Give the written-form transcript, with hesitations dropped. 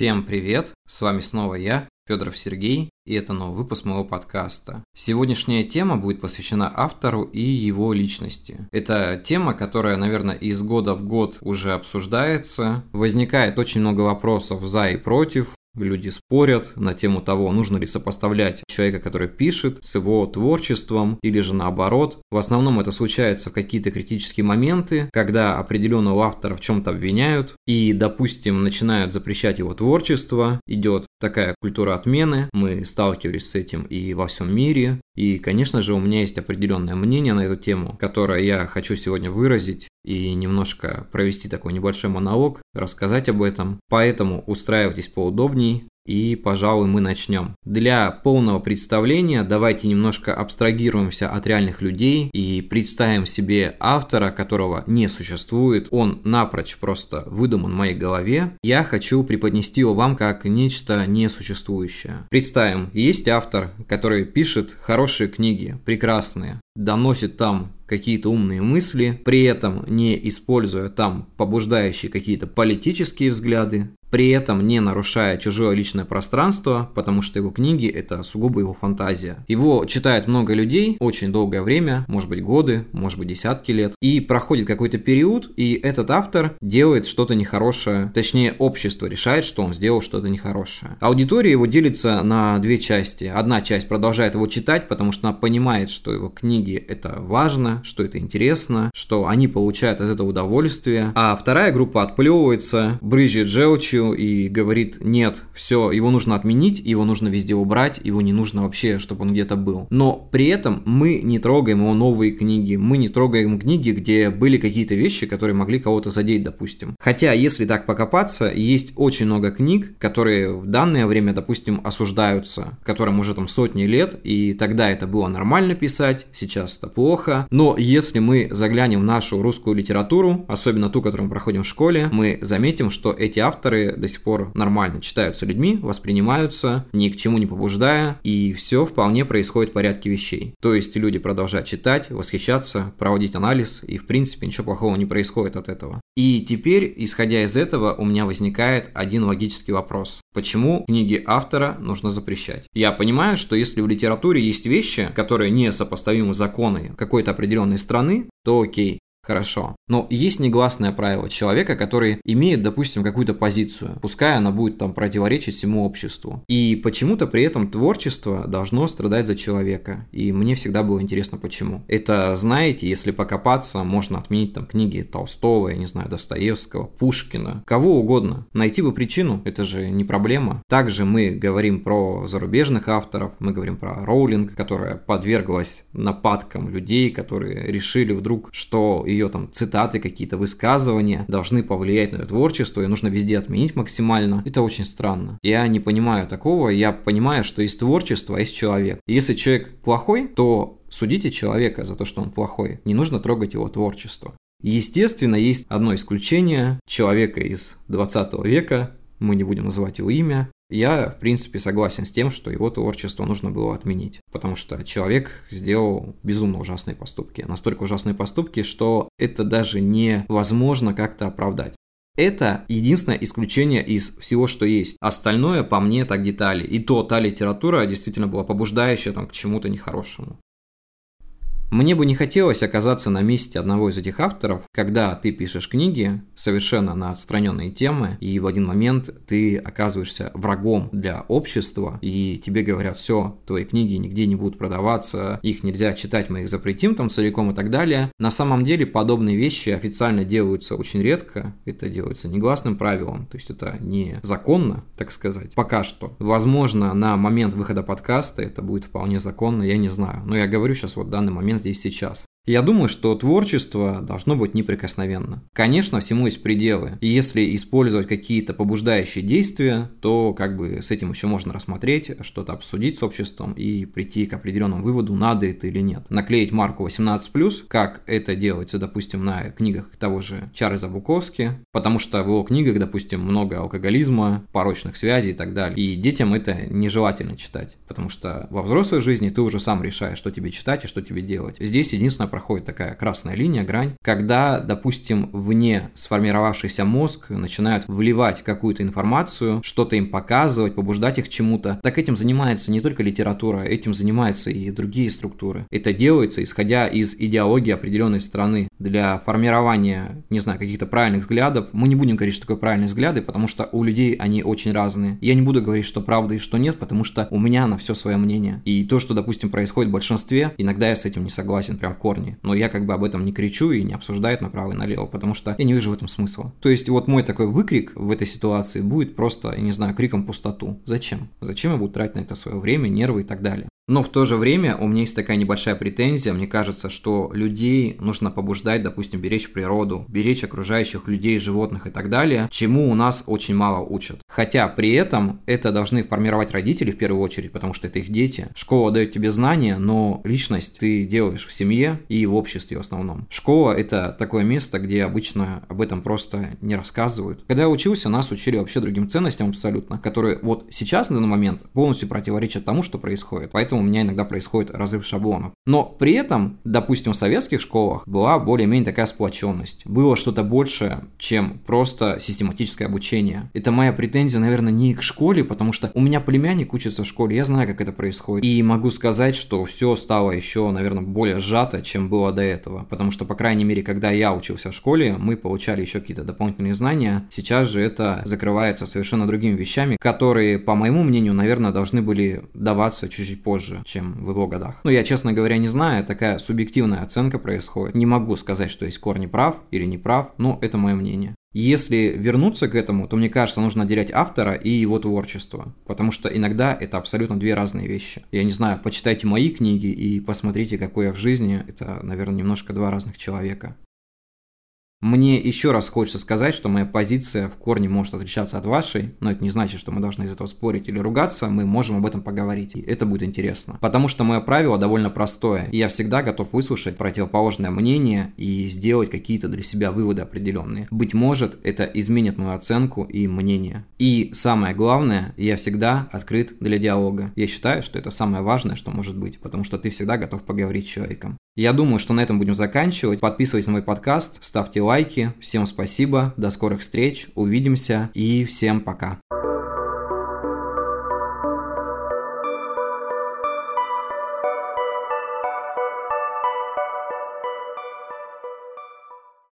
Всем привет, с вами снова я, Федоров Сергей, и это новый выпуск моего подкаста. Сегодняшняя тема будет посвящена автору и его личности. Это тема, которая, наверное, из года в год уже обсуждается. Возникает очень много вопросов за и против. Люди спорят на тему того, нужно ли сопоставлять человека, который пишет, с его творчеством, или же наоборот. В основном это случается в какие-то критические моменты, когда определенного автора в чем-то обвиняют и, допустим, начинают запрещать его творчество. Идет такая культура отмены, мы сталкивались с этим и во всем мире. И, конечно же, у меня есть определенное мнение на эту тему, которое я хочу сегодня выразить и немножко провести такой небольшой монолог, рассказать об этом. Поэтому устраивайтесь поудобней и, пожалуй, мы начнем. Для полного представления давайте немножко абстрагируемся от реальных людей и представим себе автора, которого не существует. Он напрочь просто выдуман в моей голове. Я хочу преподнести его вам как нечто несуществующее. Представим, есть автор, который пишет хорошие книги, прекрасные, доносит там какие-то умные мысли, при этом не используя там побуждающие какие-то политические взгляды, при этом не нарушая чужое личное пространство, потому что его книги – это сугубо его фантазия. Его читает много людей очень долгое время, может быть годы, может быть десятки лет, и проходит какой-то период, и этот автор делает что-то нехорошее, точнее общество решает, что он сделал что-то нехорошее. Аудитория его делится на две части. Одна часть продолжает его читать, потому что она понимает, что его книги – это важно, что это интересно, что они получают от этого удовольствие, а вторая группа отплевывается, брызжет желчью, и говорит: нет, все, его нужно отменить, его нужно везде убрать, его не нужно вообще, чтобы он где-то был. Но при этом мы не трогаем его новые книги, мы не трогаем книги, где были какие-то вещи, которые могли кого-то задеть, допустим. Хотя, если так покопаться, есть очень много книг, которые в данное время, допустим, осуждаются, которым уже там сотни лет, и тогда это было нормально писать, сейчас это плохо. Но если мы заглянем в нашу русскую литературу, особенно ту, которую мы проходим в школе, мы заметим, что эти авторы до сих пор нормально читаются людьми, воспринимаются, ни к чему не побуждая, и все вполне происходит в порядке вещей. То есть люди продолжают читать, восхищаться, проводить анализ, и в принципе ничего плохого не происходит от этого. И теперь, исходя из этого, у меня возникает один логический вопрос. Почему книги автора нужно запрещать? Я понимаю, что если в литературе есть вещи, которые не сопоставимы с законами какой-то определенной страны, то окей. Хорошо. Но есть негласное правило человека, который имеет, допустим, какую-то позицию, пускай она будет там противоречить всему обществу. И почему-то при этом творчество должно страдать за человека. И мне всегда было интересно, почему. Это, знаете, если покопаться, можно отменить там книги Толстого, я не знаю, Достоевского, Пушкина, кого угодно. Найти бы причину, это же не проблема. Также мы говорим про зарубежных авторов, мы говорим про Роулинг, которая подверглась нападкам людей, которые решили вдруг, что ее там цитаты, какие-то высказывания должны повлиять на ее творчество, и нужно везде отменить максимально. Это очень странно. Я не понимаю такого, я понимаю, что есть творчество, а есть человек. И если человек плохой, то судите человека за то, что он плохой. Не нужно трогать его творчество. Естественно, есть одно исключение человека из 20 века, мы не будем называть его имя. Я, в принципе, согласен с тем, что его творчество нужно было отменить, потому что человек сделал безумно ужасные поступки. Настолько ужасные поступки, что это даже невозможно как-то оправдать. Это единственное исключение из всего, что есть. Остальное, по мне, так детали. И то та литература действительно была побуждающая там, к чему-то нехорошему. Мне бы не хотелось оказаться на месте одного из этих авторов, когда ты пишешь книги совершенно на отстраненные темы, и в один момент ты оказываешься врагом для общества, и тебе говорят: все, твои книги нигде не будут продаваться, их нельзя читать, мы их запретим там целиком и так далее. На самом деле подобные вещи официально делаются очень редко, это делается негласным правилом, то есть это не законно, так сказать, пока что. Возможно, на момент выхода подкаста это будет вполне законно, я не знаю, но я говорю сейчас вот в данный момент здесь сейчас. Я думаю, что творчество должно быть неприкосновенно. Конечно, всему есть пределы. И если использовать какие-то побуждающие действия, то как бы с этим еще можно рассмотреть, что-то обсудить с обществом и прийти к определенному выводу, надо это или нет. Наклеить марку 18+, как это делается, допустим, на книгах того же Чарльза Буковски, потому что в его книгах, допустим, много алкоголизма, порочных связей и так далее. И детям это нежелательно читать, потому что во взрослой жизни ты уже сам решаешь, что тебе читать и что тебе делать. Здесь единственное проходит такая красная линия, грань, когда, допустим, вне сформировавшийся мозг начинают вливать какую-то информацию, что-то им показывать, побуждать их к чему-то. Так этим занимается не только литература, этим занимаются и другие структуры. Это делается, исходя из идеологии определенной страны. Для формирования, не знаю, каких-то правильных взглядов, мы не будем говорить, что такое правильные взгляды, потому что у людей они очень разные. Я не буду говорить, что правда и что нет, потому что у меня на все свое мнение. И то, что, допустим, происходит в большинстве, иногда я с этим не согласен прям в корне. Но я как бы об этом не кричу и не обсуждаю это направо и налево, потому что я не вижу в этом смысла. То есть вот мой такой выкрик в этой ситуации будет просто, я не знаю, криком в пустоту. Зачем? Зачем я буду тратить на это свое время, нервы и так далее? Но в то же время у меня есть такая небольшая претензия. Мне кажется, что людей нужно побуждать, допустим, беречь природу, беречь окружающих людей, животных и так далее, чему у нас очень мало учат. Хотя при этом это должны формировать родители в первую очередь, потому что это их дети. Школа дает тебе знания, но личность ты делаешь в семье и в обществе в основном. Школа — это такое место, где обычно об этом просто не рассказывают. Когда я учился, нас учили вообще другим ценностям абсолютно, которые вот сейчас на данный момент полностью противоречат тому, что происходит. Поэтому у меня иногда происходит разрыв шаблонов. Но при этом, допустим, в советских школах была более-менее такая сплоченность. Было что-то большее, чем просто систематическое обучение. Это моя претензия, наверное, не к школе, потому что у меня племянник учится в школе, я знаю, как это происходит. И могу сказать, что все стало еще, наверное, более сжато, чем было до этого. Потому что, по крайней мере, когда я учился в школе, мы получали еще какие-то дополнительные знания. Сейчас же это закрывается совершенно другими вещами, которые, по моему мнению, наверное, должны были даваться чуть-чуть позже, чем в его годах. Но я, честно говоря, не знаю, такая субъективная оценка происходит. Не могу сказать, что есть корни прав или не прав, но это мое мнение. Если вернуться к этому, то мне кажется, нужно отделять автора и его творчество, потому что иногда это абсолютно две разные вещи. Я не знаю, почитайте мои книги и посмотрите, какой я в жизни. Это, наверное, немножко два разных человека. Мне еще раз хочется сказать, что моя позиция в корне может отличаться от вашей, но это не значит, что мы должны из этого спорить или ругаться, мы можем об этом поговорить, и это будет интересно. Потому что мое правило довольно простое, и я всегда готов выслушать противоположное мнение и сделать какие-то для себя выводы определенные. Быть может, это изменит мою оценку и мнение. И самое главное, я всегда открыт для диалога. Я считаю, что это самое важное, что может быть, потому что ты всегда готов поговорить с человеком. Я думаю, что на этом будем заканчивать. Подписывайтесь на мой подкаст, ставьте лайки. Всем спасибо, до скорых встреч, увидимся и всем пока.